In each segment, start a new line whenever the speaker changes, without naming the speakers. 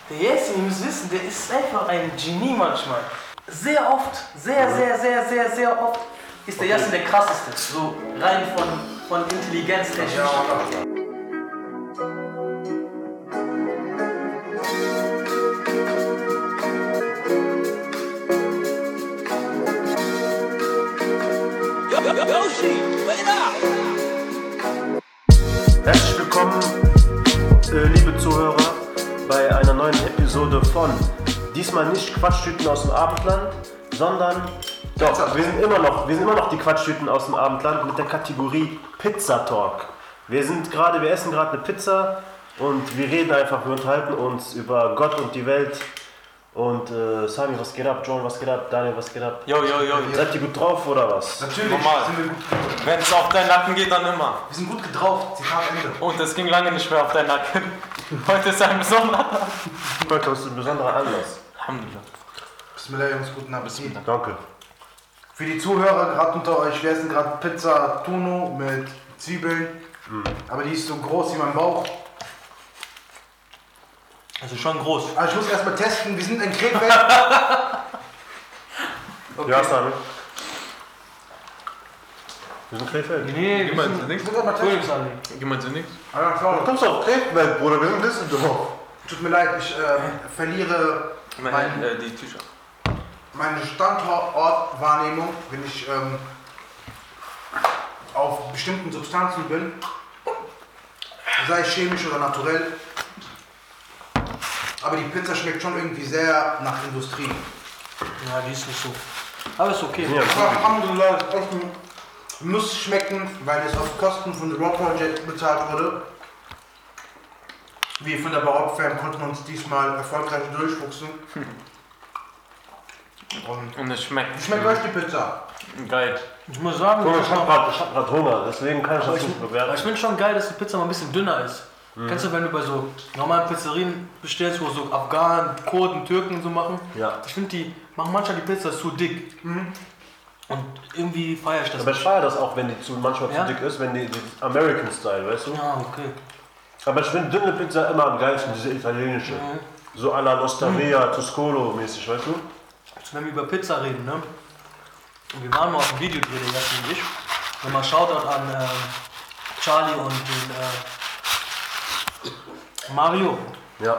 Der Yassin, ihr müsst wissen, der ist einfach ein Genie manchmal. Sehr oft, sehr oft ist der Yassin der krasseste. So rein von Intelligenz technisch.
Herzlich willkommen, liebe Zuhörer, bei einer neuen Episode von diesmal nicht Quatschtüten aus dem Abendland, sondern doch, wir sind immer noch die Quatschtüten aus dem Abendland mit der Kategorie Pizza Talk. Wir essen gerade eine Pizza und wir reden einfach, wir unterhalten uns über Gott und die Welt. Und Sami, was geht ab? John, was geht ab? Daniel, was geht ab?
Jo.
Seid ihr gut drauf oder was?
Natürlich normal. Sind wir gut drauf. Wenn es auf deinen Nacken geht, dann immer.
Wir sind gut gedrauft, Zitat Ende.
Und es ging lange nicht mehr auf deinen Nacken. Heute ist ein besonderer Tag.
Heute ist ein besonderer Anlass.
Alhamdulillah.
Bismillah, Jungs, guten Appetit.
Danke.
Für die Zuhörer gerade unter euch, wir essen gerade Pizza Tuno mit Zwiebeln. Aber die ist so groß wie mein Bauch.
Also schon groß.
Aber ich muss erstmal testen, wir sind in Krefeld.
Okay. Ja, Sami. Wir sind Krefeld.
Nee,
Gib mal nichts. Gib mal nichts.
Du kommst auf Krefeld, Bruder, wir sind Düsseldorf. Tut mir leid, ich verliere
Die Tücher.
meine Standortwahrnehmung, wenn ich auf bestimmten Substanzen bin, sei es chemisch oder naturell. Aber die Pizza schmeckt schon irgendwie sehr nach Industrie.
Ja, die ist nicht so. Aber ist okay.
Ja,
Aber Alhamdulillah, es echt muss schmecken, weil es auf Kosten von The Raw Project bezahlt wurde. Wir von der Barock-Fan konnten uns diesmal erfolgreich durchfuchsen.
Und es schmeckt.
Wie schmeckt euch die Pizza?
Geil.
Ich muss sagen,
Ich hab grad Hunger, deswegen kann ich das nicht bewerten.
aber ich finde schon geil, dass die Pizza mal ein bisschen dünner ist. Kennst du, wenn du bei so normalen Pizzerien bestellst, wo so Afghanen, Kurden, Türken so machen?
Ja.
Ich finde, die machen manchmal die Pizza zu dick. Und irgendwie feiere ich das.
Aber ich feiere das auch, wenn die manchmal
Ja?
zu dick ist, wenn die American Style, weißt du?
Ja, okay.
Aber ich finde dünne Pizza immer am geilsten, diese italienische. So à la L'Osteria, Tuscolo mäßig, weißt du?
Also wenn wir über Pizza reden, ne? Und wir waren mal auf dem Videodreh, der Jasmin und ich. Nochmal Shoutout an Charlie und den Mario.
Ja.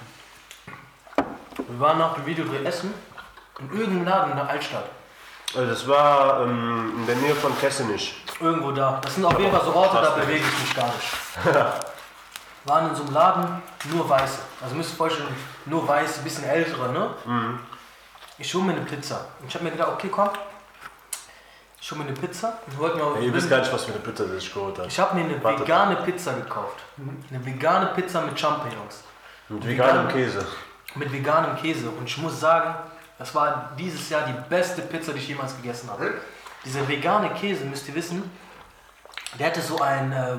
Wir waren nach dem Videodreh essen in irgendeinem Laden in der Altstadt.
Also das war in der Nähe von Kessenich.
Irgendwo da. Das sind auf jeden Fall so Orte, da bewege ich mich gar nicht. Waren in so einem Laden, nur Weiße. Also müsst ihr euch vorstellen, nur Weiße, ein bisschen ältere, ne? Ich hole mir eine Pizza. Und ich habe mir gedacht, okay, komm. Ich hole mir eine Pizza. Und wollte mal
Ihr wisst gar nicht, was für eine Pizza das ich geholt habe.
Ich habe mir eine vegane Pizza gekauft. Eine vegane Pizza mit Champignons.
Mit veganem Käse.
Mit veganem Käse. Und ich muss sagen, das war dieses Jahr die beste Pizza, die ich jemals gegessen habe. Dieser vegane Käse, müsst ihr wissen, der hatte so einen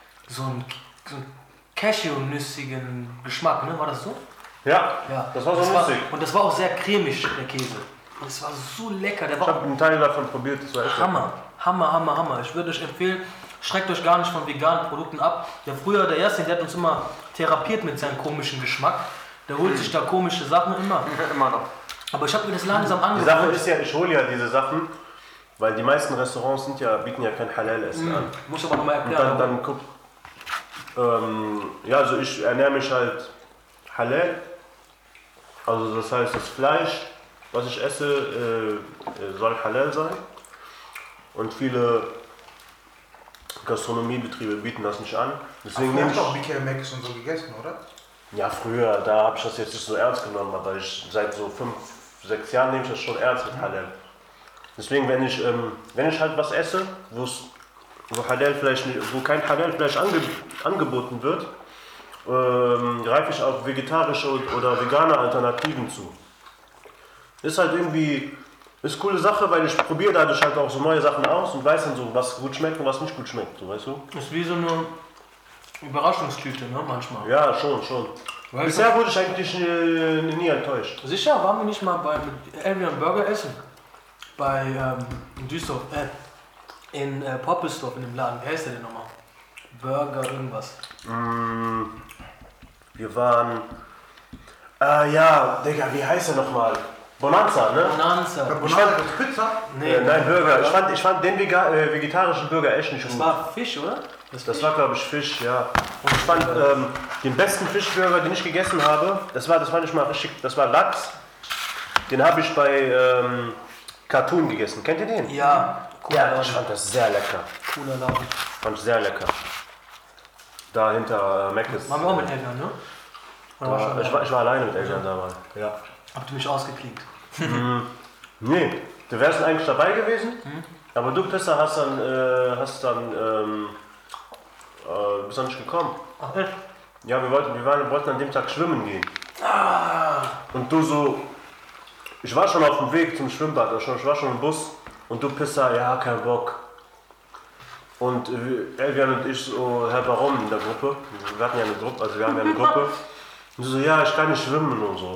Cashew-nüssigen Geschmack, ne? War das so?
Ja,
Ja.
das war so lustig.
Und das war auch sehr cremig, der Käse. Und es war so lecker. Der
Ich
war
habe einen Teil davon probiert, das war echt
Hammer. Ich würde euch empfehlen, schreckt euch gar nicht von veganen Produkten ab. Der Yassin, der hat uns immer therapiert mit seinem komischen Geschmack. Der holt sich da komische Sachen immer.
Immer noch.
Aber ich habe mir das langsam
Die Sache
angewöhnt.
ist ja, ich hole ja diese Sachen, weil die meisten Restaurants bieten ja kein Halal-Essen an.
Muss ich aber nochmal
Und
erklären.
dann guck, also ich ernähre mich halt Halal. Also das heißt, das Fleisch, was ich esse, soll Halal sein. Und viele Gastronomiebetriebe bieten das nicht an. Deswegen nehme
Hast
ich
du auch BK Max und so gegessen, oder?
Ja, früher, da habe ich das jetzt nicht so ernst genommen, aber seit so 5, 6 Jahren nehme ich das schon ernst mit Halal. Deswegen, wenn ich halt was esse, wo kein Halal-Fleisch angeboten wird, greife ich auf vegetarische oder vegane Alternativen zu. Ist halt irgendwie, ist eine coole Sache, weil ich probiere dadurch halt auch so neue Sachen aus und weiß dann so, was gut schmeckt und was nicht gut schmeckt, so, weißt du?
Das ist wie so eine Überraschungstüte, ne, manchmal.
Ja, schon.
Weißt
Bisher wurde ich eigentlich nie enttäuscht.
Sicher, waren wir nicht mal mit Elvian Burger essen? Bei in Duisburg, in Poppelsdorf in dem Laden. Wer heißt der denn nochmal? Burger irgendwas.
Wir waren Ja, Digga, wie heißt er nochmal? Bonanza, ne?
Bonanza.
Bonanza gibt's Pizza?
Nee,
Nein, Burger. Ich fand den vegetarischen Burger echt nicht
das
gut.
war Fisch, oder?
Das war, glaube ich, Fisch, ja. Und ich fand den besten Fischburger, den ich gegessen habe, das war nicht mal richtig, das war Lachs. Den habe ich bei Cartoon gegessen. Kennt ihr den?
Ja, cooler
Ja, ich
Laden.
fand das sehr lecker.
Cooler Laden.
Fand ich sehr lecker. Da hinter Mc's.
Waren wir auch mit Eltern, ne? Oder war schon
Ich war alleine mit Eltern damals. Ja.
Habt ihr mich ausgeklinkt?
Nee, du wärst eigentlich dabei gewesen, aber du, Pisser, bist dann nicht gekommen.
Ach echt?
Ja, wir wollten an dem Tag schwimmen gehen. Und du so, ich war schon auf dem Weg zum Schwimmbad, ich war schon im Bus und du, Pisser, ja, kein Bock. Und Elvian und ich so, Herr Baron in der Gruppe, wir hatten ja eine Gruppe, also wir haben ja eine Gruppe. Und so, ja, ich kann nicht schwimmen und so.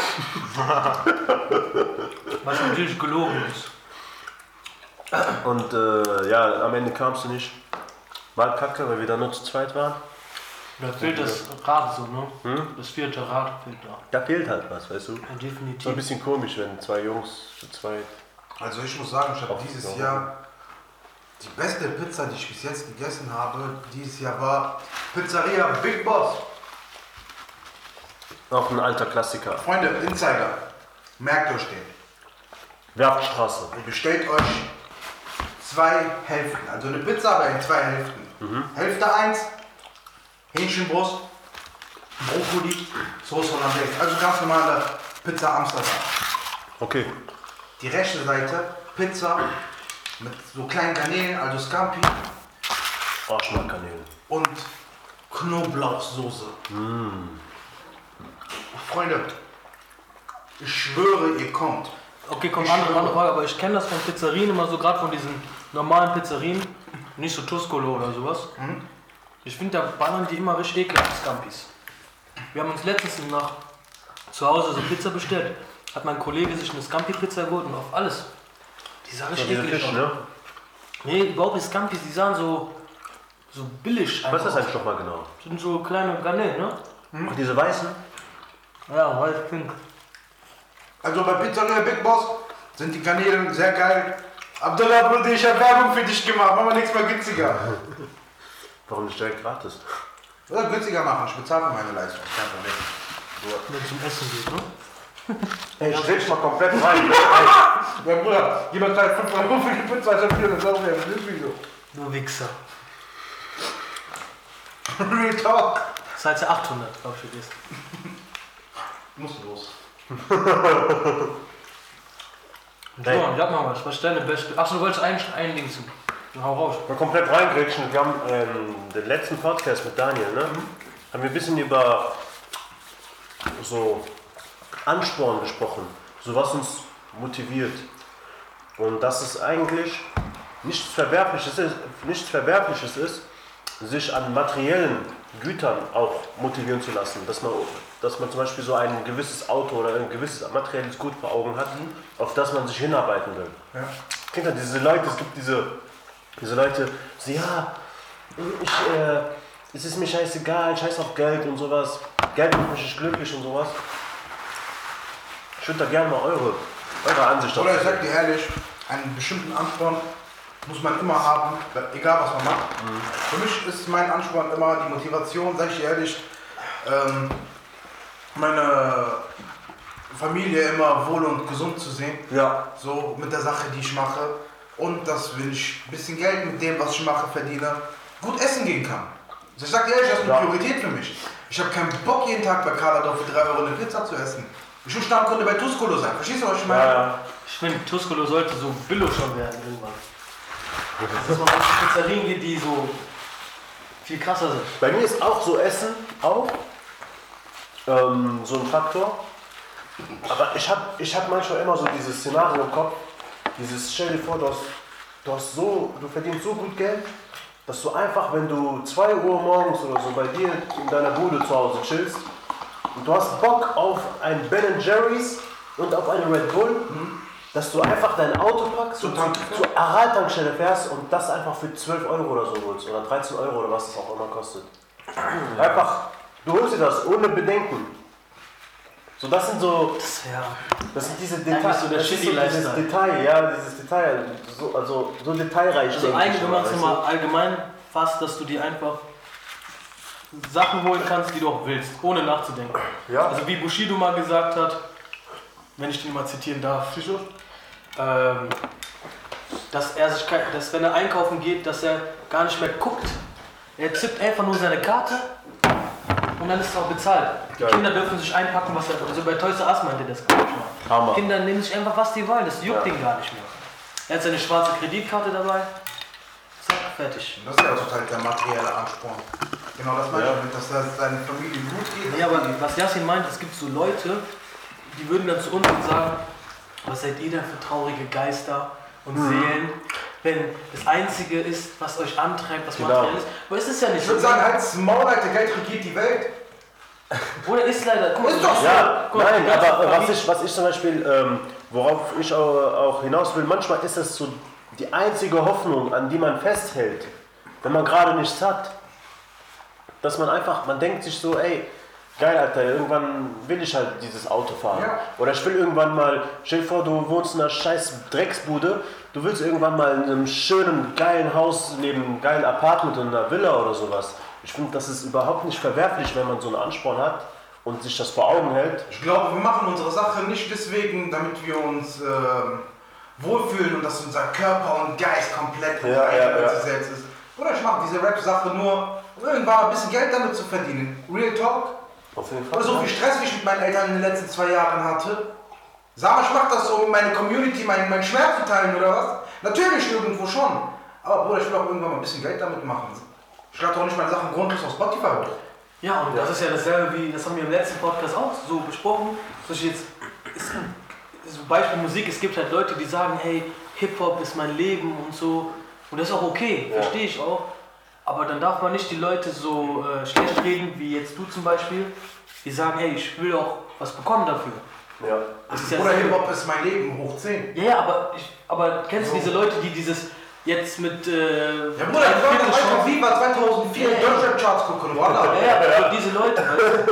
Was natürlich gelogen ist.
Und ja, am Ende kamst du nicht. Mal kacke, weil wir da nur zu zweit waren.
Da fehlt das Rad so, ne? Das 4. Rad fehlt da.
Da fehlt halt was, weißt du?
Ja,
So ein
definitiv.
bisschen komisch, wenn zwei Jungs zu zweit.
Also ich muss sagen, ich habe
Auf
dieses
Dauer.
Jahr die beste Pizza, die ich bis jetzt gegessen habe, dieses Jahr war Pizzeria Big Boss.
Auch ein alter Klassiker.
Freunde, Insider, merkt euch den.
Werftstraße.
Ihr bestellt euch 2 Hälften, also eine Pizza, aber in 2 Hälften. Hälfte 1, Hähnchenbrust, Brokkoli, Sauce Hollandaise, also ganz normale Pizza Amsterdam.
Okay.
Die rechte Seite, Pizza mit so kleinen Garnelen, also Scampi
Arschmarkkanäle.
und Knoblauchsoße. Freunde, ich schwöre, ihr kommt.
Okay, komm, andere Frage, aber ich kenne das von Pizzerien immer so, gerade von diesen normalen Pizzerien, nicht so Tuscolo oder sowas. Ich finde, da ballern die immer richtig ekelhaft Scampis. Wir haben uns letztens nach zu Hause so Pizza bestellt. Hat mein Kollege sich eine Scampi-Pizza geholt und auf alles. Die sah richtig
Diese
eklig
Fisch,
aus.
ne?
Nee, überhaupt die Scampis, die sahen so billig
Was ist das
aus.
eigentlich nochmal genau?
Das sind so kleine Garnelen, ne?
Ach, diese weißen?
Ja, weiß pink.
Also bei Pizzeria Big Boss sind die Garnelen sehr geil. Abdullah, Bruder, ich habe Werbung für dich gemacht, mach mal nichts mehr günstiger.
Warum nicht direkt gratis?
Oder günstiger machen, ich bezahle für meine Leistung, kein Problem.
Wenn es zum Essen geht, ne?
Ey, ich dreh's mal komplett rein.
Ja Bruder, jemand zahlt 5 Euro für die Pizza, ich hab 400 Euro für das Video.
Du Wichser.
Real Talk.
Das heißt ja 800, glaub ich, ist.
Muss los.
Hey.
So, sag mal was ist deine beste? Achso, du wolltest eigentlich ein Ding zu. Hau raus.
Mal komplett reingrätschen. Wir haben den letzten Podcast mit Daniel, ne? Haben wir ein bisschen über so Ansporn gesprochen, so was uns motiviert. Und dass es eigentlich nichts Verwerfliches ist, sich an materiellen Gütern auch motivieren zu lassen. Dass man zum Beispiel so ein gewisses Auto oder ein gewisses materielles Gut vor Augen hat, auf das man sich hinarbeiten will.
Ja.
Kennt ihr diese Leute, es gibt diese Leute, so ja, es ist mir scheißegal, scheiß auf Geld und sowas. Geld macht mich nicht glücklich und sowas. Ich würde da gerne mal eure Ansicht
Oder ich
dazu.
sag dir ehrlich, einen bestimmten Ansporn muss man immer haben, egal was man macht. Für mich ist mein Ansporn immer die Motivation, sag ich dir ehrlich, meine Familie immer wohl und gesund zu sehen.
Ja.
So mit der Sache, die ich mache. Und dass, wenn ich ein bisschen Geld mit dem, was ich mache, verdiene, gut essen gehen kann. Also ich sag dir ehrlich, das ist eine Priorität für mich. Ich habe keinen Bock, jeden Tag bei Carlador für 3 Euro eine Pizza zu essen. Ich will Stammkunde bei Tuscolo sein. Verstehst du, was ich meine?
Ja.
Ich finde, Tuscolo sollte so billig schon werden irgendwann. Dass man auf Pizzerien geht, die so viel krasser sind.
Bei mir ist auch so Essen auch so ein Faktor. Aber ich hab manchmal immer so dieses Szenario im Kopf. Stell dir vor, du verdienst so gut Geld, dass du einfach, wenn du 2 Uhr morgens oder so bei dir in deiner Bude zu Hause chillst und du hast Bock auf ein Ben & Jerry's und auf eine Red Bull, dass du einfach dein Auto packst und zur Aral-Tankstelle fährst und das einfach für 12 Euro oder so holst oder 13 Euro oder was es auch immer kostet. Einfach, du holst dir das ohne Bedenken. So, das sind so,
Ja.
das sind diese
Eigentlich
Details,
so der
das ist so
Shitty
dieses
Lifestyle.
Detail, ja, dieses Detail, so, also so detailreich.
Also
denke
eigentlich,
ich
wenn
immer,
man es
weißt
mal allgemein fasst, dass du dir einfach Sachen holen kannst, die du auch willst, ohne nachzudenken.
Ja.
Also wie Bushido mal gesagt hat, wenn ich den mal zitieren darf, dass wenn er einkaufen geht, dass er gar nicht mehr guckt. Er zippt einfach nur seine Karte und dann ist es auch bezahlt. Die
Geil.
Kinder dürfen sich einpacken, was er will. Also bei Toys R Us meinte er das gar nicht mehr.
Hammer.
Kinder nehmen sich einfach, was die wollen, das juckt
Ja.
ihn gar nicht mehr. Er hat seine schwarze Kreditkarte dabei, zack, fertig.
Das ist ja total der materielle Ansporn. Genau das meine ich damit, dass das deine Familie gut geht.
Ja, aber was Yassin meint, es gibt so Leute, die würden dann zu uns und sagen, was seid ihr denn für traurige Geister und Seelen, wenn das Einzige ist, was euch antreibt, was
Genau.
materiell ist. Aber es ist ja nicht
Ich würde sagen, halt's Maul, Alter, Geld regiert die Welt.
Oder ist leider, guck mal,
Ist doch so.
Ja,
Guck mal,
nein,
die ganze
aber
Familie-
was ich zum Beispiel, worauf ich auch hinaus will, manchmal ist das so die einzige Hoffnung, an die man festhält, wenn man gerade nichts hat. Dass man einfach, man denkt sich so, ey, geil, Alter, irgendwann will ich halt dieses Auto fahren.
Ja.
Oder ich will irgendwann mal, stell dir vor, du wohnst in einer scheiß Drecksbude, du willst irgendwann mal in einem schönen, geilen Haus leben, einem geilen Apartment oder einer Villa oder sowas. Ich finde, das ist überhaupt nicht verwerflich, wenn man so einen Ansporn hat und sich das vor Augen hält.
Ich glaube, wir machen unsere Sache nicht deswegen, damit wir uns wohlfühlen und dass unser Körper und Geist komplett
Ja.
sich selbst ist. Oder ich mache diese Rap-Sache nur, um irgendwann mal ein bisschen Geld damit zu verdienen. Real Talk.
Auf jeden Fall.
Oder so viel Stress, wie ich mit meinen Eltern in den letzten 2 Jahren hatte. Sag mal, ich mach das so, um meine Community, meinen Schmerz zu teilen oder was? Natürlich irgendwo schon. Aber Bruder, ich will auch irgendwann mal ein bisschen Geld damit machen. Ich lade doch nicht meine Sachen grundlos auf Spotify hoch.
Ja, und das ist ja dasselbe wie, das haben wir im letzten Podcast auch so besprochen. Zum Beispiel jetzt, so Beispiel Musik, es gibt halt Leute, die sagen, hey, Hip-Hop ist mein Leben und so. Und das ist auch okay, verstehe ich auch. Aber dann darf man nicht die Leute so schlecht reden, wie jetzt du zum Beispiel, die sagen, hey, ich will auch was bekommen dafür.
Ja.
Das ist ja
Oder
dasselbe.
Hip-Hop ist mein Leben, hoch 10.
Ja, aber kennst du diese Leute, die dieses jetzt mit...
Ja Bruder, ich wollte heute Viva 2004 in Deutschland-Charts gucken, voilà.
Ja, also diese Leute, weißt du?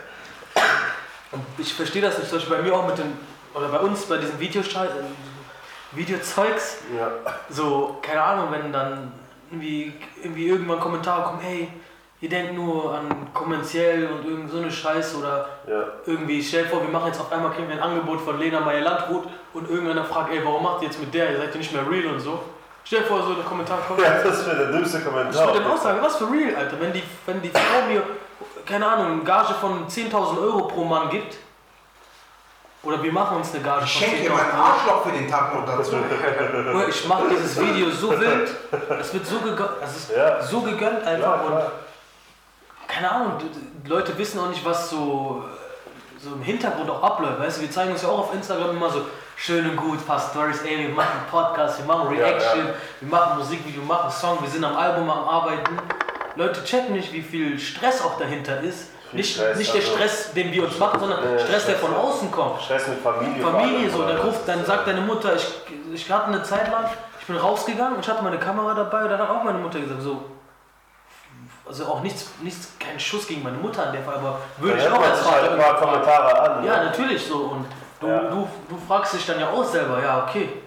Und ich verstehe das nicht, zum Beispiel bei mir auch mit dem, oder bei uns, bei diesem Videozeugs,
Ja.
so, keine Ahnung, wenn dann irgendwie irgendwann Kommentare kommen, hey, ihr denkt nur an kommerziell und irgend so eine Scheiße oder
Ja.
irgendwie, stell dir vor, wir machen jetzt auf einmal, kriegen wir ein Angebot von Lena Meyer-Landrut und irgendeiner fragt, ey, warum macht ihr jetzt mit der, ihr seid ja nicht mehr real und so. Stell dir vor, so eine Kommentar kommt.
Ja, das wäre der dümmste Kommentar.
Ich würde dann auch sagen, was für real, Alter, wenn die Frau mir, keine Ahnung, eine Gage von 10.000 Euro pro Mann gibt, oder wir machen uns eine Gage
Ich
von
schenke
10.000
dir meinen
Euro,
Arschloch für den Tag noch dazu.
oder ich mache dieses Video so wild, es wird so gegönnt, es ist
Ja.
so gegönnt einfach
Ja,
und
klar.
keine Ahnung, die Leute wissen auch nicht, was so im Hintergrund auch abläuft, weißt du, wir zeigen uns ja auch auf Instagram immer so schön und gut, ein paar Stories, ey, wir machen Podcast, wir machen Reaction, wir machen Musikvideo, wir machen Song, wir sind am Album am Arbeiten. Leute checken nicht, wie viel Stress auch dahinter ist. Nicht
Stress,
der
also-
Stress, den wir uns machen, sondern Stress, der von außen kommt.
Stress mit Familie.
Familie so, dann sagt deine Mutter, ich hatte eine Zeit lang, ich bin rausgegangen und ich hatte meine Kamera dabei und dann hat auch meine Mutter gesagt, so, also auch kein Schuss gegen meine Mutter an der Fall, aber würde ich
Dann
auch
hört man
als
sich halt
Vater
ein paar Kommentare an.
ja,
ne?
natürlich so und du,
Ja.
du fragst dich dann ja auch selber, ja okay.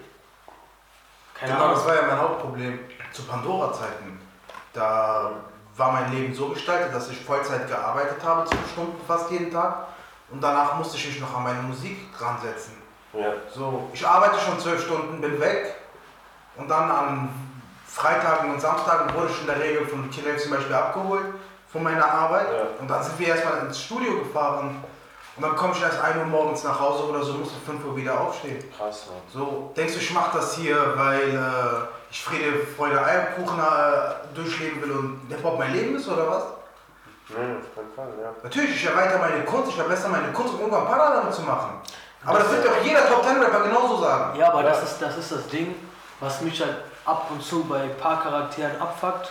Keine
Genau, das
Ahnung.
war ja mein Hauptproblem zu Pandora-Zeiten. Da war mein Leben so gestaltet, dass ich Vollzeit gearbeitet habe, 12 Stunden fast jeden Tag. Und danach musste ich mich noch an meine Musik dran setzen.
Ja.
So, ich arbeite schon 12 Stunden, bin weg. Und dann an Freitagen und Samstagen wurde ich in der Regel von Killer zum Beispiel abgeholt von meiner Arbeit.
Ja.
Und dann sind wir erstmal ins Studio gefahren. Und dann komme ich erst 1 Uhr morgens nach Hause oder so, musste 5 Uhr wieder aufstehen.
Krass, Mann.
So, denkst du, ich mache das hier, weil ich Freude Eierkuchen durchleben will und Hip-Hop mein Leben ist oder was?
Nee, auf keinen Fall, ja.
Natürlich, ich erweitere meine Kunst, ich verbessere meine Kunst, um irgendwann Para damit zu machen. Aber das wird doch jeder Top-10-Rapper genauso sagen.
Ja, aber das ist das Ding, was mich halt ab und zu bei ein paar Charakteren abfuckt.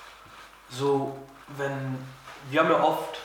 So, wir haben ja oft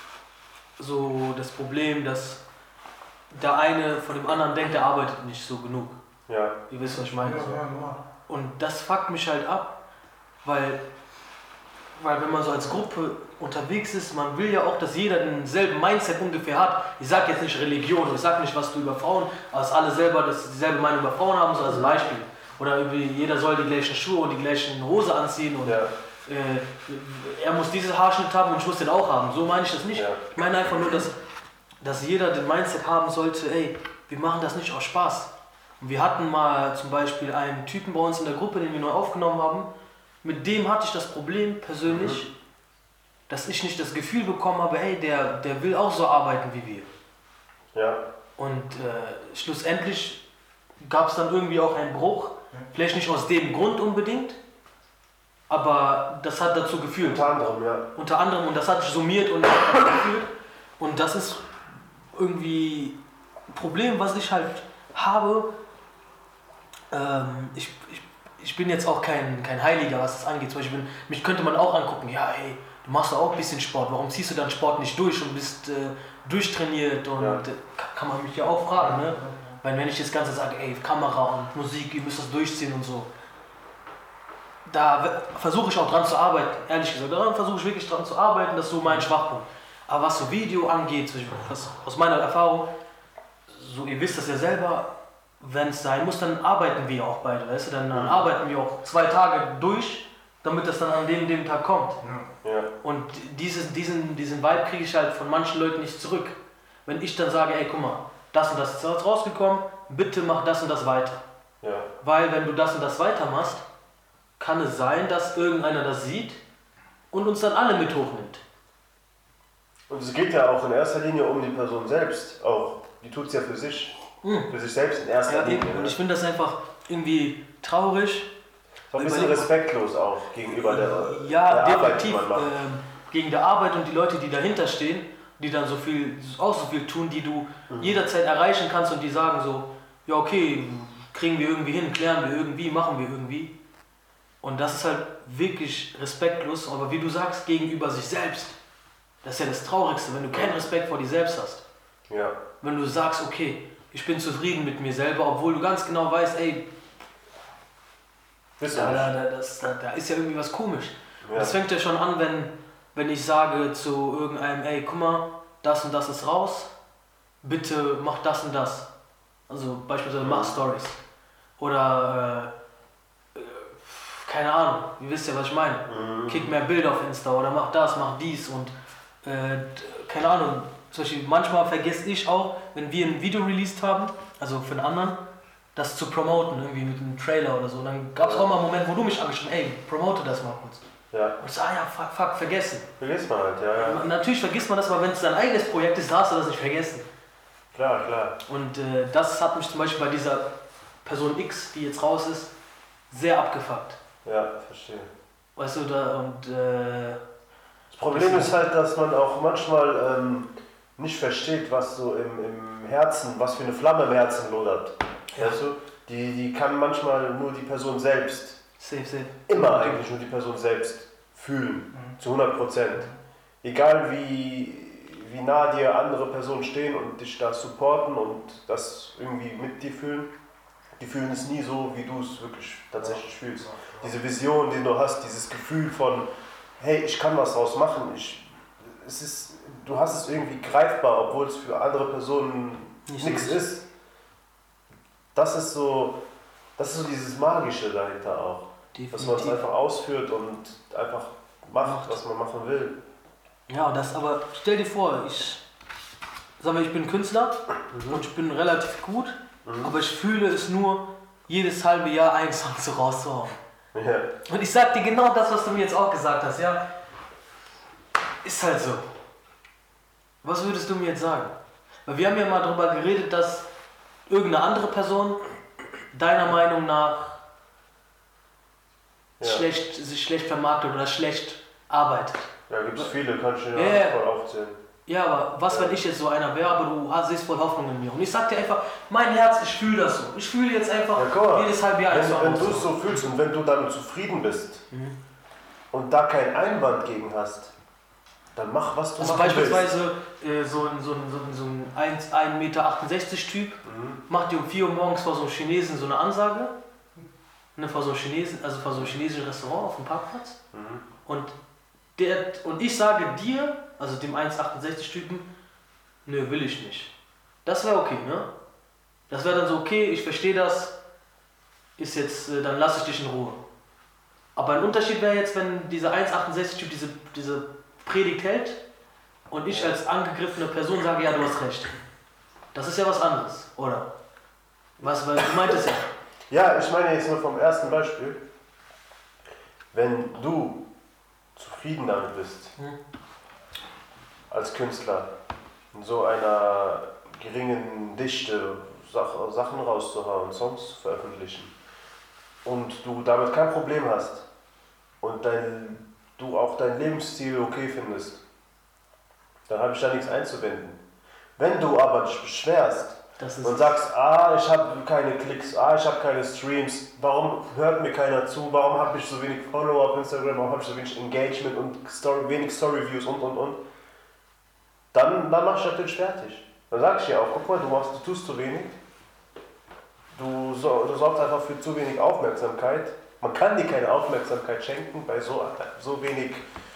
so das Problem, dass der eine von dem anderen denkt, der arbeitet nicht so genug.
Ja.
Ihr wisst, was ich meine. So.
Ja.
Und das fuckt mich halt ab, weil Weil wenn man so als Gruppe unterwegs ist, man will ja auch, dass jeder denselben Mindset ungefähr hat. Ich sag jetzt nicht Religion, ich sag nicht, was du über Frauen, dass alle selber dieselbe Meinung über Frauen haben, so als Beispiel. Oder jeder soll die gleichen Schuhe und die gleichen Hose anziehen und er muss diese Haarschnitt haben und ich muss den auch haben. So meine ich das nicht. Ja. Ich meine einfach nur, dass jeder den Mindset haben sollte, ey, wir machen das nicht aus Spaß. Und wir hatten mal zum Beispiel einen Typen bei uns in der Gruppe, den wir neu aufgenommen haben. Mit dem hatte ich das Problem persönlich, dass ich nicht das Gefühl bekommen habe, ey, der will auch so arbeiten wie wir. Ja. Und schlussendlich gab es dann irgendwie auch einen Bruch. Vielleicht nicht aus dem Grund unbedingt, aber das hat dazu geführt.
Unter anderem, ja.
Unter anderem, und das hat sich summiert und dazu geführt. Und das ist irgendwie ein Problem, was ich halt habe. Ich bin jetzt auch kein Heiliger, was das angeht. Zum Beispiel, mich könnte man auch angucken, ja, hey, du machst doch auch ein bisschen Sport, warum ziehst du dann Sport nicht durch und bist durchtrainiert? Und kann man mich ja auch fragen, ne? Weil wenn ich das Ganze sage, ey, Kamera und Musik, ihr müsst das durchziehen und so, da versuche ich auch dran zu arbeiten, ehrlich gesagt. Da versuche ich wirklich dran zu arbeiten, das ist so mein Schwachpunkt. Aber was so Video angeht, zum Beispiel, aus meiner Erfahrung, so ihr wisst das ja selber, wenn es sein muss, dann arbeiten wir auch beide, weißt du? Dann arbeiten wir auch 2 Tage durch, damit das dann an dem Tag kommt. Ja. Und diesen Vibe kriege ich halt von manchen Leuten nicht zurück. Wenn ich dann sage, ey, guck mal, das und das ist jetzt rausgekommen, bitte mach das und das weiter. Ja. Weil wenn du das und das weitermachst, kann es sein, dass irgendeiner das sieht und uns dann alle mit hochnimmt.
Und es geht ja auch in erster Linie um die Person selbst. Auch die tut es ja für sich. Für sich selbst in erster Linie.
Und ich finde das einfach irgendwie traurig.
So ein bisschen respektlos auch gegenüber der
Arbeit, die man macht. Gegen die Arbeit und die Leute, die dahinter stehen, die dann so viel tun, die du jederzeit erreichen kannst und die sagen so, ja okay, kriegen wir irgendwie hin, klären wir irgendwie, machen wir irgendwie. Und das ist halt wirklich respektlos, aber wie du sagst, gegenüber sich selbst. Das ist ja das Traurigste, wenn du keinen Respekt vor dir selbst hast. Ja. Wenn du sagst, okay, ich bin zufrieden mit mir selber, obwohl du ganz genau weißt, ey, da ist ja irgendwie was komisch. Ja. Das fängt ja schon an, wenn ich sage zu irgendeinem, ey, guck mal, das und das ist raus, bitte mach das und das. Also beispielsweise mach Stories. Oder, keine Ahnung, ihr wisst ja, was ich meine. Kick mehr Bilder auf Insta oder mach das, mach dies und, keine Ahnung. Zum Beispiel manchmal vergesse ich auch, wenn wir ein Video released haben, also für einen anderen, das zu promoten, irgendwie mit einem Trailer oder so. Und dann gab es auch mal einen Moment, wo du mich angeschrieben hast, ey, promote das mal kurz. Ja. Und ich sage, fuck, vergessen.
Vergisst man halt, ja.
Natürlich vergisst man das, aber wenn es dein eigenes Projekt ist, darfst du das nicht vergessen.
Klar.
Und das hat mich zum Beispiel bei dieser Person X, die jetzt raus ist, sehr abgefuckt.
Ja, verstehe.
Weißt du,
das Problem ist halt, dass man auch manchmal nicht versteht, was so im Herzen, was für eine Flamme im Herzen lodert. Ja. Weißt du? Die kann manchmal nur die Person selbst. Safe. Immer eigentlich nur die Person selbst fühlen. Zu 100%. Egal wie nah dir andere Personen stehen und dich da supporten und das irgendwie mit dir fühlen. Die fühlen es nie so, wie du es wirklich tatsächlich fühlst. Diese Vision, die du hast, dieses Gefühl von, hey, ich kann was draus machen. Du hast es irgendwie greifbar, obwohl es für andere Personen nichts ist. Das ist so dieses Magische dahinter auch. Definitiv. Dass man es einfach ausführt und einfach macht, was man machen will.
Ja, aber stell dir vor, ich bin Künstler und ich bin relativ gut, aber ich fühle es nur, jedes halbe Jahr einen Song so rauszuhauen. Ja. Und ich sag dir genau das, was du mir jetzt auch gesagt hast, ja. Ist halt so. Was würdest du mir jetzt sagen? Weil wir haben ja mal darüber geredet, dass irgendeine andere Person deiner Meinung nach sich schlecht vermarktet oder schlecht arbeitet.
Ja, gibt es viele, kann ich dir voll aufzählen.
Ja, aber was, wenn ich jetzt so einer wäre, aber du siehst voll Hoffnung in mir. Und ich sag dir einfach, mein Herz, ich fühle das so. Ich fühle jetzt einfach jedes halbe Jahr.
Wenn du es so fühlst und wenn du dann zufrieden bist und da keinen Einwand gegen hast, dann mach, was du
machen beispielsweise so ein 1,68 Meter Typ macht dir um 4 Uhr morgens vor so einem Chinesen so eine Ansage, vor so einem chinesischen Restaurant auf dem Parkplatz und Und ich sage dir, also dem 1,68-Typen, nö, will ich nicht. Das wäre okay, ne? Das wäre dann so, okay, ich verstehe das, ist jetzt, dann lasse ich dich in Ruhe. Aber ein Unterschied wäre jetzt, wenn dieser 1,68-Typ diese Predigt hält und ich als angegriffene Person sage, ja, du hast recht. Das ist ja was anderes, oder? Weil du meintest ja.
Ja, ich meine jetzt nur vom ersten Beispiel. Wenn du zufrieden damit bist, als Künstler, in so einer geringen Dichte Sachen rauszuhauen, Songs zu veröffentlichen und du damit kein Problem hast und du auch dein Lebensstil okay findest, dann habe ich da nichts einzuwenden. Wenn du aber dich beschwerst und sagst, ich habe keine Klicks, ich habe keine Streams, warum hört mir keiner zu, warum habe ich so wenig Follower auf Instagram, warum habe ich so wenig Engagement und wenig Story-Views und, dann mach ich natürlich fertig. Dann sag ich dir auch, guck mal, du tust zu wenig, du sorgst einfach für zu wenig Aufmerksamkeit, man kann dir keine Aufmerksamkeit schenken bei so wenig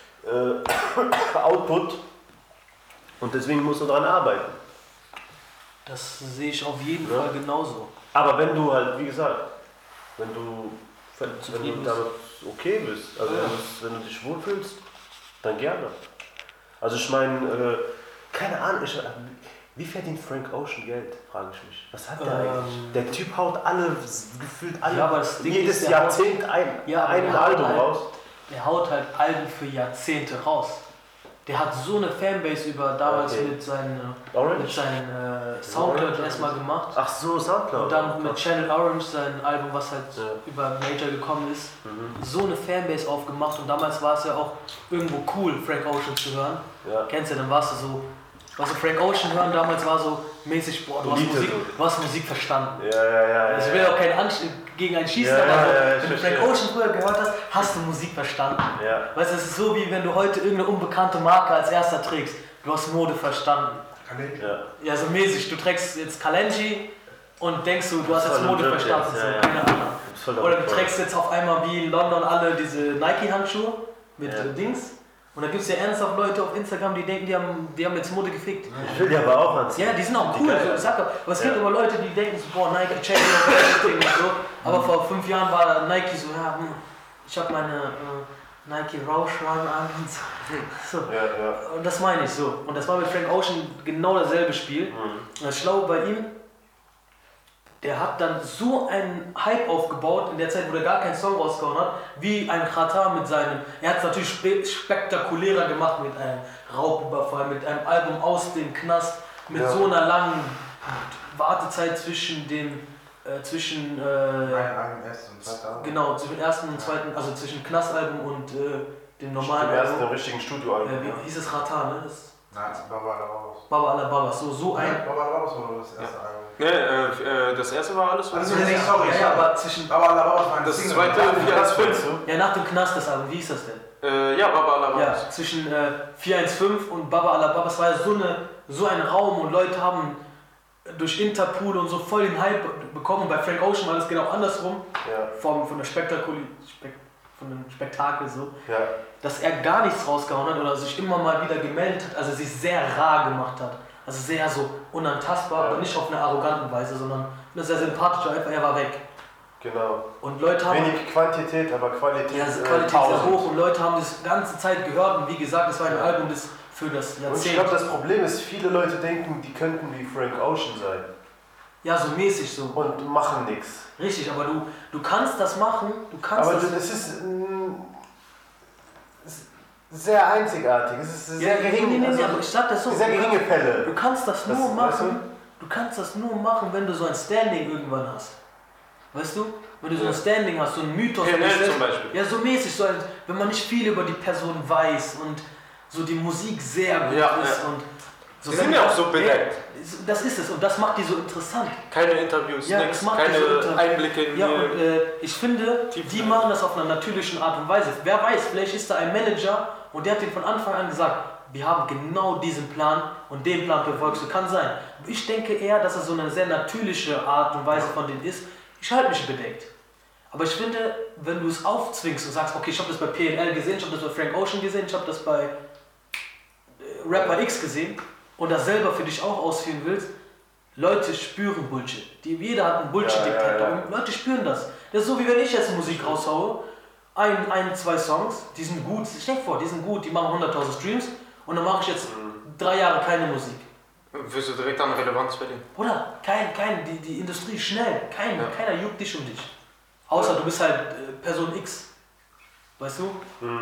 Output und deswegen musst du daran arbeiten.
Das sehe ich auf jeden Fall genauso.
Aber wenn du halt, wie gesagt, wenn du damit okay bist, also wenn du dich wohlfühlst, dann gerne. Also ich meine, keine Ahnung, wie verdient Frank Ocean Geld, frage ich mich. Was hat der eigentlich? Der Typ haut gefühlt alle,
aber das Ding
jedes
ist,
Jahrzehnt ein Album raus.
Der haut halt Alben für Jahrzehnte raus. Der hat so eine Fanbase damals mit seinen Soundcloud erstmal gemacht.
Ach so, Soundcloud.
Und dann mit Channel Orange, sein Album, was halt über Major gekommen ist, so eine Fanbase aufgemacht. Und damals war es ja auch irgendwo cool, Frank Ocean zu hören. Ja. Kennst du, dann warst du so, Frank Ocean hören damals war so mäßig, boah, du hast Musik verstanden.
Ja.
Ich will auch keinen gegen einen schießen, aber wenn du Frank Ocean früher gehört hast, hast du Musik verstanden. Ja. Weißt du, es ist so, wie wenn du heute irgendeine unbekannte Marke als erster trägst. Du hast Mode verstanden.
Kalenji.
Ja, so mäßig. Du trägst jetzt Kalenji und denkst du hast jetzt Mode verstanden. So, keine Ahnung. Oder du trägst jetzt auf einmal wie in London alle diese Nike-Handschuhe mit Dings. Und da gibt es ja ernsthaft Leute auf Instagram, die denken, die haben jetzt Mode gefickt.
Ich will die aber auch anziehen.
Ja, die sind auch cool. Aber es gibt immer Leute, die denken so, boah, Nike Champion und so. Aber vor 5 Jahren war Nike so, ich habe meine Nike Rausch Run an und so. Und das meine ich so. Und das war mit Frank Ocean genau dasselbe Spiel. Und das Schlaue bei ihm, der hat dann so einen Hype aufgebaut in der Zeit, wo er gar keinen Song rausgehauen hat, wie ein Xatar mit seinem. Er hat es natürlich spektakulärer gemacht mit einem Raubüberfall, mit einem Album aus dem Knast, mit so einer langen Wartezeit zwischen dem. Zwischen ersten und zweiten, also zwischen Knastalbum und dem normalen
Album. Dem richtigen Studioalbum.
Wie hieß es, Xatar, ne?
Nein, Baba Alababas.
Baba Alababas, so ein.
Baba Alababas war das erste Album.
Nee, das erste war alles.
Aber zwischen.
Baba Alababas war ein
das zweite, 415.
Ja, nach dem Knast das Album, wie hieß das denn?
Baba Alababas.
Ja, zwischen 415 und Baba Alababas war ja so ein Raum und Leute haben durch Interpol und so voll den Hype bekommen. Und bei Frank Ocean war das genau andersrum. Von dem Spektakel so. Ja. Dass er gar nichts rausgehauen hat oder sich immer mal wieder gemeldet hat, also sich sehr rar gemacht hat. Also sehr so unantastbar, aber nicht auf eine arrogante Weise, sondern sehr sympathisch, einfach er war weg.
Genau.
Und Leute haben
wenig Quantität, aber Qualität.
Ja, Qualität sehr hoch und Leute haben das ganze Zeit gehört und wie gesagt, das war ein Album, das für das Jahrzehnt.
Und ich glaube, das Problem ist, viele Leute denken, die könnten wie Frank Ocean sein.
Ja, so mäßig so.
Und machen nichts.
Richtig, aber du kannst das machen,
aber das ist sehr einzigartig. Es ist sehr gering.
Aber ich sag das so.
Sehr geringe Fälle.
Du kannst das nur machen. Du kannst das nur machen, wenn du so ein Standing irgendwann hast. Weißt du? Wenn du so ein Standing hast, so ein Mythos.
zum Beispiel.
Ja, so mäßig, so wenn man nicht viel über die Person weiß und so die Musik sehr gut ist und so.
Die sind ja auch so bedeckt.
Das ist es und das macht die so interessant.
Keine Interviews, nichts, keine Einblicke in
und ich finde, die machen das auf einer natürlichen Art und Weise. Wer weiß, vielleicht ist da ein Manager und der hat dir von Anfang an gesagt, wir haben genau diesen Plan und den Plan verfolgst du. Kann sein. Ich denke eher, dass es so eine sehr natürliche Art und Weise von denen ist. Ich halte mich bedeckt. Aber ich finde, wenn du es aufzwingst und sagst, okay, ich habe das bei PNL gesehen, ich habe das bei Frank Ocean gesehen, ich habe das bei Rapper X gesehen und das selber für dich auch ausführen willst, Leute spüren Bullshit. Jeder hat einen Bullshit-Detektor.
Ja.
Leute spüren das. Das ist so, wie wenn ich jetzt Musik raushaue, zwei Songs, die sind gut, stell dir vor, die sind gut, die machen 100.000 Streams und dann mache ich jetzt 3 Jahre keine Musik.
Wirst du direkt an Relevanz verlieren?
Oder? Die Industrie ist schnell, keiner juckt dich um dich. Außer du bist halt Person X. Weißt du?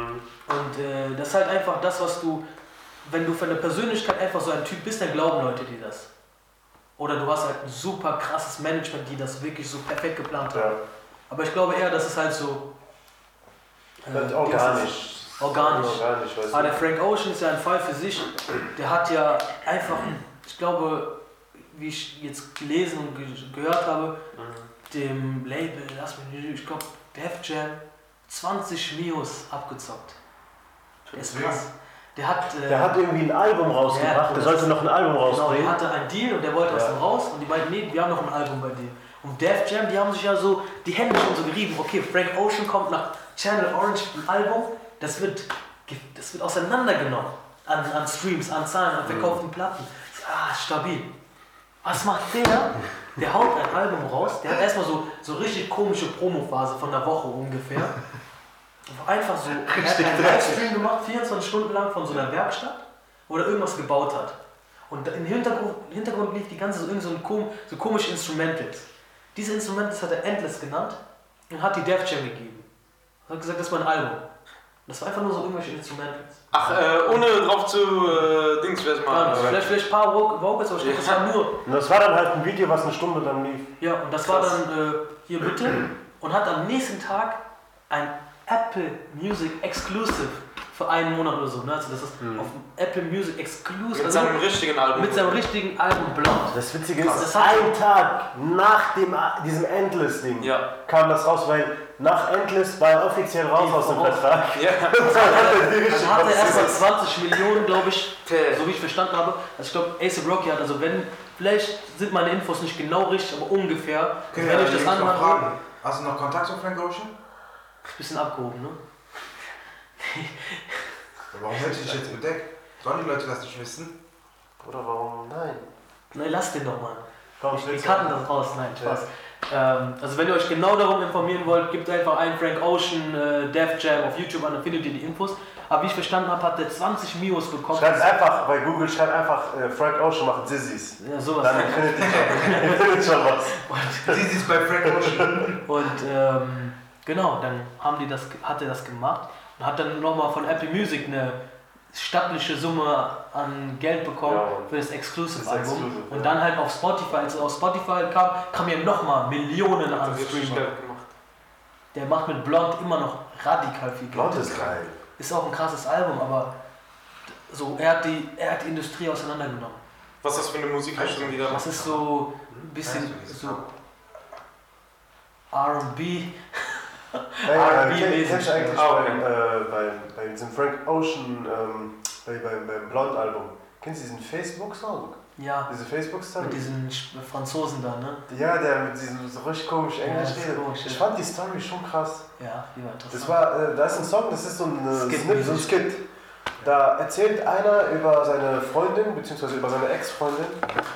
Und das ist halt einfach das, was du, wenn du für eine Persönlichkeit einfach so ein Typ bist, dann glauben Leute dir das. Oder du hast halt ein super krasses Management, die das wirklich so perfekt geplant haben.
Ja.
Aber ich glaube eher, das ist halt so...
Organisch. Weißt du?
Aber der Frank Ocean ist ja ein Fall für sich. Der hat ja einfach, ich glaube, wie ich jetzt gelesen und gehört habe, dem Label, ich glaube, Def Jam, 20 Mios abgezockt. Der ist krass. Der hat
irgendwie ein Album rausgebracht, der sollte noch ein Album rausbringen.
Genau, der hatte einen Deal und der wollte aus dem raus und die meinten, nee, wir haben noch ein Album bei dir. Und Def Jam, die haben sich ja so die Hände schon so gerieben, okay, Frank Ocean kommt nach Channel Orange ein Album, das wird auseinandergenommen an Streams, an Zahlen, an verkauften Platten. Stabil. Was macht der? Der haut ein Album raus, der hat erstmal so richtig komische Promophase von einer Woche ungefähr. Einfach so, er hat einen Livestream gemacht, 24 Stunden lang von so einer Werkstatt, wo er irgendwas gebaut hat. Und im Hintergrund lief die ganze so komische Instrumentals. Diese Instrumentals hat er Endless genannt und hat die Def Jam gegeben. Er hat gesagt, das war ein Album. Das war einfach nur so irgendwelche Instrumentals.
Ach, ohne drauf zu Dings, wer es mal.
Vielleicht ein paar Vocals, aber ich glaube, das war nur.
Und das war dann halt ein Video, was eine Stunde dann lief.
Ja, und das war dann hier Mitte und hat am nächsten Tag ein Apple Music Exclusive für einen Monat oder so. Ne? Also das ist auf Apple Music Exclusive.
Mit seinem richtigen Album.
Mit seinem richtigen Album Blond.
Das Witzige ist, ein Tag nach diesem Endless-Ding kam das raus, weil nach Endless war er offiziell raus aus dem Vertrag.
Ja.
Dann hat er erstmal 20 Millionen, glaube ich, so wie ich verstanden habe. Also ich glaube, A$AP Rocky hat, also vielleicht sind meine Infos nicht genau richtig, aber ungefähr.
Okay,
wenn ich das anmache.
Hast du noch Kontakt zu Frank Ocean?
Bisschen abgehoben, ne?
Warum hätte ich dich jetzt bedeckt? Sollen die Leute das nicht wissen?
Oder warum? Nein.
Nein, lass den doch mal.
Komm,
Wir cutten das raus, nein, Spaß. Also wenn ihr euch genau darum informieren wollt, gebt einfach ein Frank Ocean, Def Jam auf YouTube an, dann findet ihr die Infos. Aber wie ich verstanden habe, hat der 20 Mios bekommen.
Schreibt einfach bei Google, Frank Ocean macht Zizzys.
Ja, sowas.
Dann findet schon was.
Zizzys bei Frank Ocean.
Und genau, dann hat er das gemacht und hat dann nochmal von Apple Music eine stattliche Summe an Geld bekommen für das Exclusive-Album. Und dann halt auf Spotify, als er auf Spotify kam ja nochmal Millionen an Streamer. Der macht mit Blond immer noch radikal viel Geld.
Blond ist geil.
Ist auch ein krasses Album, aber so, er hat die Industrie auseinandergenommen.
Was ist das für eine Musikrichtung, die da
Das ist so ein bisschen so R&B.
Kennst du eigentlich bei diesem Frank Ocean, beim Blond-Album, kennst du diesen Facebook-Song?
Ja.
Diese Facebook-Story?
Mit diesen Franzosen da, ne?
Ja, der mit diesem so richtig komisch Englisch redet. Ich fand die Story schon krass.
Ja, die war interessant.
Das war, da ist ein Song, das ist so ein Skit. Da erzählt einer über seine Freundin, beziehungsweise über seine Ex-Freundin,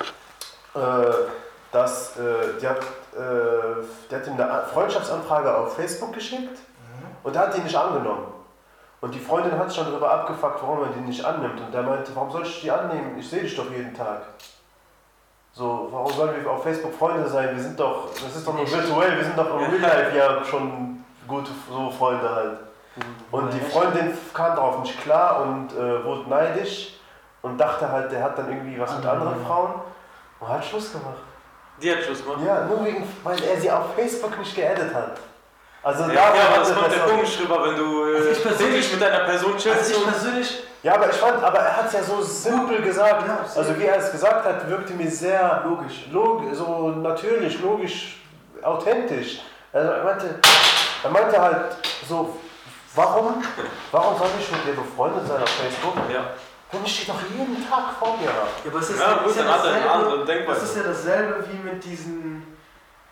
dass die hat ihm eine Freundschaftsanfrage auf Facebook geschickt und er hat die nicht angenommen. Und die Freundin hat sich schon darüber abgefuckt, warum er die nicht annimmt. Und der meinte, warum soll ich die annehmen? Ich sehe dich doch jeden Tag. So, warum sollen wir auf Facebook Freunde sein? Das ist doch nur virtuell, wir sind doch im Real Life ja schon gute so Freunde halt. Und die Freundin kam darauf nicht klar und wurde neidisch und dachte halt, der hat dann irgendwie was mit anderen Frauen und hat Schluss gemacht.
Die hat Schluss gemacht?
Ja, nur weil er sie auf Facebook nicht geaddet hat. Also
aber das kommt ja komisch rüber, wenn du täglich mit einer Person chillst.
Ja, aber er hat es ja so simpel gesagt. Ja, also wie er es gesagt hat, wirkte mir sehr so natürlich, logisch, authentisch. Also er meinte halt so, warum soll ich mit dir befreundet sein auf Facebook?
Ja.
Wenn ich die doch jeden Tag vor mir habe.
Ja, aber es ist
das ist ja dasselbe wie mit diesen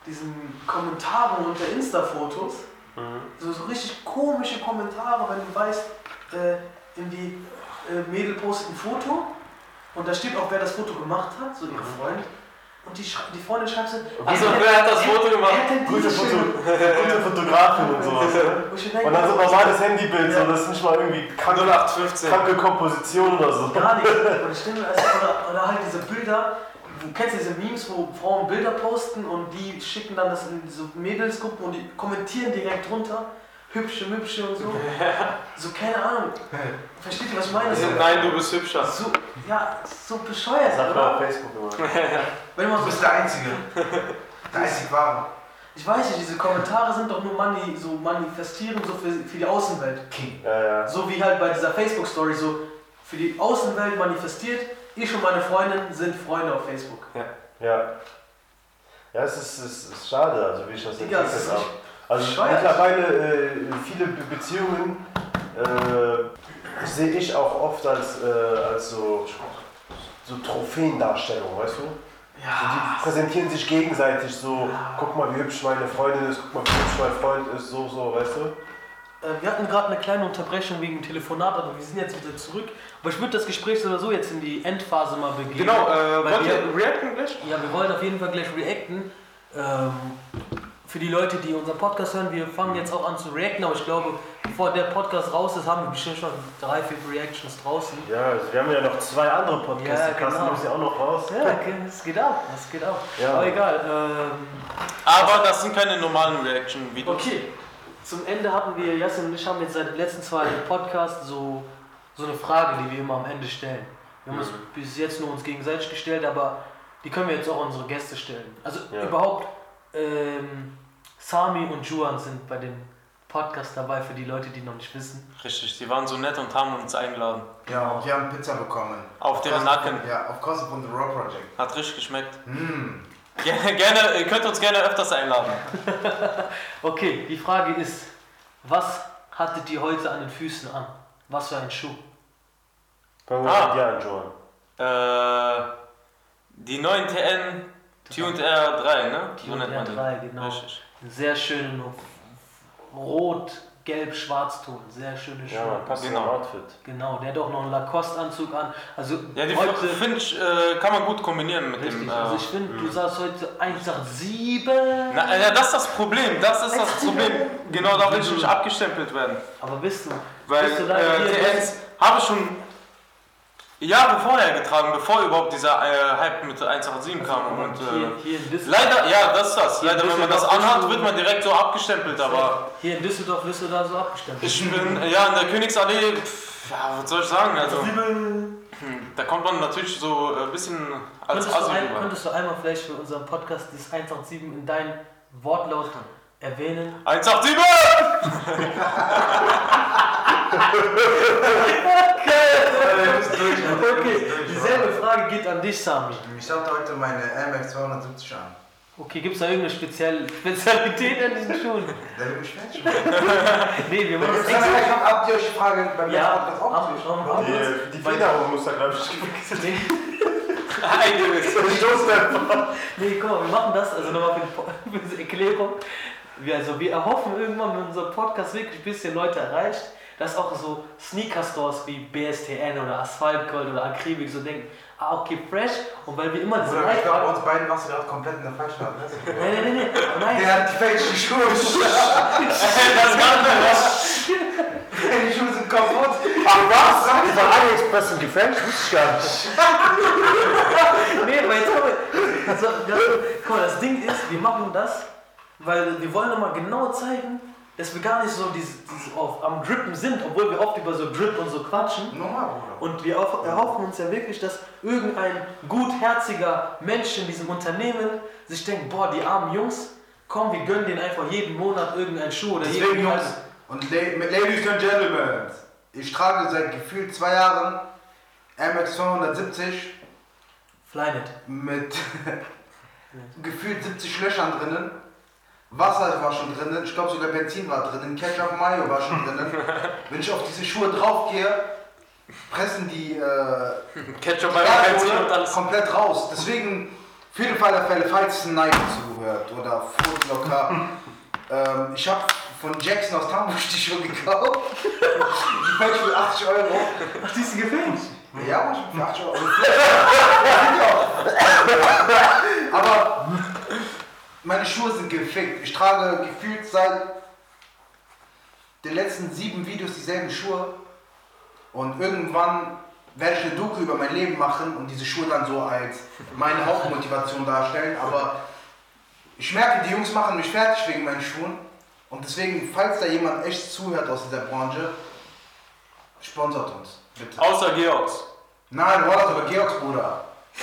diesen Kommentaren unter Insta-Fotos, so richtig komische Kommentare, wenn du weißt, irgendwie Mädel postet ein Foto und da steht auch, wer das Foto gemacht hat, so ihr Freund. Und die Freundin schreibt so,
also wer hat das Foto gemacht?
Gute Fotografin und sowas. Und dann so ein normales Handybild, so, das ist nicht mal irgendwie kranke Komposition oder so.
Gar nicht. Und ich stelle mir oder halt diese Bilder, du kennst diese Memes, wo Frauen Bilder posten und die schicken dann das in so Mädelsgruppen und die kommentieren direkt drunter. Hübsche und so. So, keine Ahnung. Versteht ihr, was ich meine?
Nein, du bist hübscher.
So, ja, so bescheuert,
Sag
oder?
mal auf Facebook immer.
Du bist der Einzige. Der einzig Wahre.
Ich weiß nicht, diese Kommentare sind doch nur manifestieren so für die Außenwelt.
King.
Ja.
So wie halt bei dieser Facebook-Story so für die Außenwelt manifestiert, ich und meine Freundin sind Freunde auf Facebook.
Ja, es ist schade, also wie ich das
Digga,
entwickelt habe. Also
bescheuert.
mittlerweile viele Beziehungen sehe ich auch oft als so Trophäendarstellung, weißt du?
Ja.
So, die präsentieren sich gegenseitig so, guck mal wie hübsch meine Freundin ist, guck mal wie hübsch mein Freund ist, so, weißt du?
Wir hatten gerade eine kleine Unterbrechung wegen Telefonat, aber wir sind jetzt wieder zurück. Aber ich würde das Gespräch so oder so jetzt in die Endphase mal begeben.
Genau,
weil
wollt ihr reacten gleich?
Ja, wir wollen auf jeden Fall gleich reacten. Für die Leute, die unseren Podcast hören, wir fangen jetzt auch an zu reacten, aber ich glaube, bevor der Podcast raus ist, haben wir bestimmt schon 3-4 Reactions draußen.
Ja, also wir haben ja noch 2 andere Podcasts,
Ja,
die Kassen
genau.
müssen ja auch noch raus.
Ja, okay, das geht auch.
Ja.
Aber egal.
Aber das sind keine normalen Reaction-Videos.
Okay, zum Ende hatten wir, Yassin und ich haben jetzt seit den letzten 2 Podcasts so eine Frage, die wir immer am Ende stellen. Wir haben uns bis jetzt nur uns gegenseitig gestellt, aber die können wir jetzt auch unsere Gäste stellen. Also überhaupt, Sami und Juan sind bei dem Podcast dabei, für die Leute, die noch nicht wissen.
Richtig, die waren so nett und haben uns eingeladen.
Ja, und wir haben Pizza bekommen.
Auf deren Nacken.
Ja, auf Kosten von The Raw Project.
Hat richtig geschmeckt. Gerne, ihr könnt uns gerne öfters einladen.
Okay, die Frage ist, was hattet ihr heute an den Füßen an? Was für ein Schuh?
Fangen wir mit dir an, Johan.
Die neuen TN Tuned R3, ne?
Tuned R3, genau.
Richtig.
Sehr schön rot, gelb, schwarzton. Sehr schöne Schuhe.
Ja, passt
Genau.
zum Outfit.
Genau, der hat auch noch einen Lacoste-Anzug an. Also
Ja, die
heute,
finde ich, kann man gut kombinieren mit
richtig,
dem.
also ich finde, du sahst heute 187.
Ja, das ist das Problem. Das ist das Problem. Genau, da will ich nicht abgestempelt werden.
Aber bist du
Weil
da hier?
TNs habe ich schon Jahre vorher getragen, bevor überhaupt dieser Hype mit 187 kam. Und,
hier in Düsseldorf.
leider, ja, das ist das.
Hier in
Leider, wenn man das
Düsseldorf
anhat,
bist du-
wird man direkt so abgestempelt. Aber
Hier in Düsseldorf wirst du da so abgestempelt.
ich bin, ja, in der Königsallee, was soll ich sagen? Also, da kommt man natürlich so ein bisschen als Assi rüber.
Könntest du einmal vielleicht für unseren Podcast dieses 187 in deinen Wortlaut erwähnen?
187!
Okay, dieselbe Frage geht an dich, Sami.
Ich hatte heute meine Air Max 270 an.
Okay, gibt es da irgendeine Spezialität an diesen Schuhen?
Der will mich fertig.
Nee, wir wollen das
Ich hab die euch Frage beim
Ja,
letzten Podcast auch durch.
Die Federung muss da, glaube ich, gefixt werden.
Nee, guck mal, wir machen das, also nochmal für diese Erklärung. Wir erhoffen irgendwann, wenn unser Podcast wirklich ein bisschen Leute erreicht, dass auch so Sneaker-Stores wie BSTN oder Asphalt Gold oder Akribik so denken, okay, fresh. Und weil wir immer diese
Bruder, ich glaube,
Leitfragen...
uns beiden machst du gerade komplett in der falschen Adresse.
Nee, nein.
Der hat die falschen Schuhe. Die Schuhe sind kaputt.
Ach was? Die von AliExpress sind gefälscht? Wusste ich gar nicht.
Nee, aber jetzt guck mal, das Ding ist, wir machen das, weil wir wollen nochmal genau zeigen, dass wir gar nicht so am Drippen sind, obwohl wir oft über so Drip und so quatschen.
Normal, Bruder.
Und wir erhoffen uns ja wirklich, dass irgendein gutherziger Mensch in diesem Unternehmen sich denkt, boah, die armen Jungs, komm, wir gönnen denen einfach jeden Monat irgendeinen Schuh oder
Deswegen,
jeden
Jungs und Ladies and Gentlemen, ich trage seit gefühlt 2 Jahren Air Max 270
Flynet.
mit gefühlt 70 Löchern drinnen. Wasser war schon drinnen, ich glaube sogar Benzin war drinnen, Ketchup Mayo war schon drinnen. Wenn ich auf diese Schuhe drauf gehe, pressen die
Ketchup bei
Erdsohle
Benzin und alles.
komplett raus. Deswegen Für den Fall der Fälle, falls Nike zuhört oder Footlocker. Ich habe von Jackson aus Hamburg die Schuhe gekauft. Die fällt für 80 €.
Ach, die ist gefilmt.
Ja, aber für 80 €. Aber meine Schuhe sind gefickt. Ich trage gefühlt seit den letzten 7 Videos dieselben Schuhe. Und irgendwann werde ich eine Doku über mein Leben machen und diese Schuhe dann so als meine Hauptmotivation darstellen. Aber ich merke, die Jungs machen mich fertig wegen meinen Schuhen. Und deswegen, falls da jemand echt zuhört aus dieser Branche, sponsert uns, bitte.
Außer Georgs.
Nein, du warst sogar Georgs Bruder.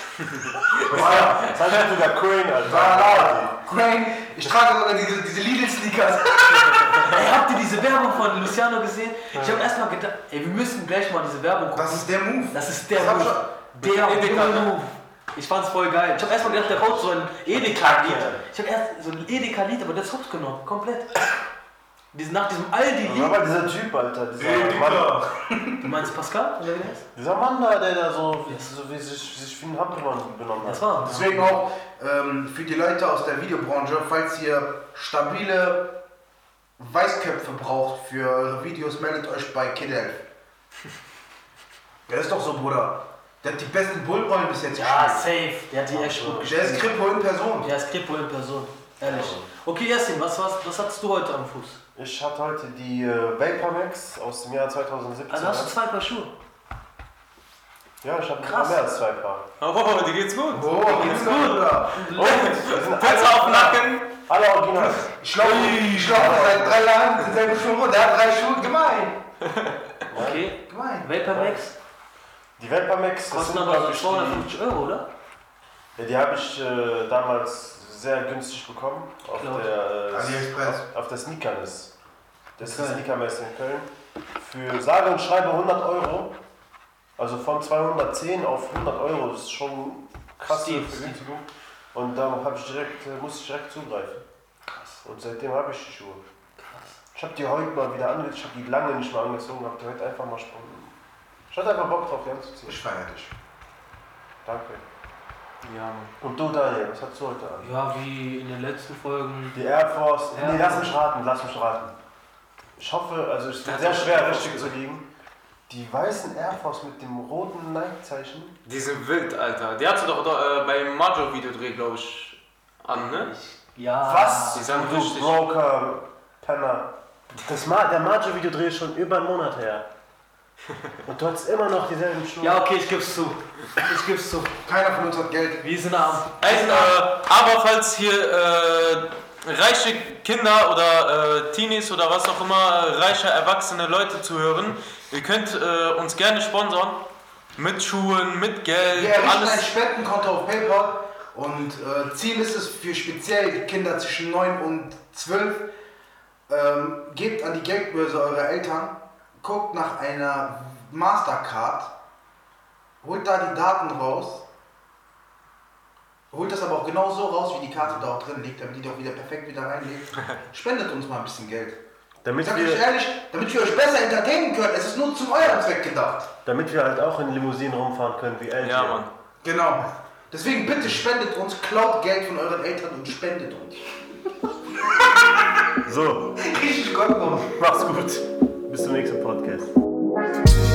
Das heißt sogar Crane, Alter.
Crane, ich trage sogar diese Lidl-Sneakers.
Ey, habt ihr diese Werbung von Luciano gesehen? Ich habe erstmal gedacht, ey, wir müssen gleich mal diese Werbung gucken.
Das ist der Move.
Das ist der Move. Der Move. Ich fand's voll geil. Ich habe erstmal gedacht, der baut so ein Edeka-Lied. Ich habe erst so ein Edeka-Lied, aber das hops genommen, komplett. Nach diesem Aldi-Lied.
Aber dieser Typ, Alter, dieser Mann.
Du meinst Pascal? Oder wie der heißt?
Dieser Mann da, der da so wie sich wie ein Hampelmann benommen hat.
Das war.
Deswegen auch für die Leute aus der Videobranche, falls ihr stabile Weißköpfe braucht für eure Videos, meldet euch bei Kid11. Der ist doch so, Bruder. Der hat die besten Bullrollen bis jetzt
Ja,
gespielt.
safe. Der hat die echt gut
Der ist Kripo in Person.
Der ist Kripo in Person. Ehrlich. Okay, Yassin, was hattest du heute am Fuß?
Ich hatte heute die Vapormax aus dem Jahr 2017.
Also hast du 2 Paar Schuhe?
Ja, ich habe
Krass.
mehr als 2 Paar.
Oh, dir geht's gut.
Oh, geht's gut, Bruder.
Pizza auf den Nacken.
Alle original.
Ich laufe seit 3 Jahren denselben Schuhe. Der hat 3 Schuhe. Gemein.
Okay.
Gemein.
Vapormax
Die Vapormax
kosten
sind,
aber
glaub
so
ich,
250 €, oder?
Ja, die habe ich damals sehr günstig bekommen auf
AliExpress.
auf der Sneakermesse. Das ist die
Köln.
Sneakermesse in Köln. Für sage und schreibe 100 €. Also von 210 auf 100 €, das ist schon krass Vergünstigung. Und da musste ich direkt zugreifen.
Krass.
Und seitdem habe ich die Schuhe.
Krass.
Ich habe die heute mal wieder angezogen, ich habe die lange nicht mehr angezogen, habe die heute einfach mal spannend. Ich hatte einfach Bock drauf, die anzuziehen.
Ich feiere dich.
Danke.
Ja,
Und du, Daniel, was hast du heute an?
Ja, wie in den letzten Folgen.
Die Air Force.
Ja.
Nee, lass mich raten. Ich hoffe, also es wird sehr schwer richtig zu liegen. Die weißen Air Force mit dem roten Nike-Zeichen.
die sind wild, Alter. Die hast du doch beim Majo-Videodreh, glaube ich, an, ne?
Ja.
Was?
Die sind
Du
richtig.
Broker, Penner. Der Majo-Videodreh ist schon über einen Monat her. Und du hast immer noch dieselben Schuhe.
Ja, okay, ich geb's zu. Ich geb's zu.
Keiner von uns hat Geld.
Wir sind arm.
Aber falls hier reiche Kinder oder Teenies oder was auch immer, reiche erwachsene Leute zuhören, ihr könnt uns gerne sponsern. Mit Schuhen, mit Geld,
Wir errichten ein
alles.
Spendenkonto auf PayPal und Ziel ist es für speziell Kinder zwischen 9 und 12, gebt an die Geldbörse eurer Eltern, guckt nach einer Mastercard, holt da die Daten raus, holt das aber auch genau so raus, wie die Karte da auch drin liegt, damit die doch wieder perfekt wieder reinlegt. Spendet uns mal ein bisschen Geld.
Damit
Sag euch
wir,
ehrlich, damit wir euch besser entertainen können, es ist nur zum eurem Zweck gedacht.
damit wir halt auch in Limousinen rumfahren können wie LG.
Ja, Mann.
Genau. Deswegen bitte spendet uns, klaut Geld von euren Eltern und spendet uns.
So,
Richtig gottlos.
mach's gut. Bis zum nächsten Podcast.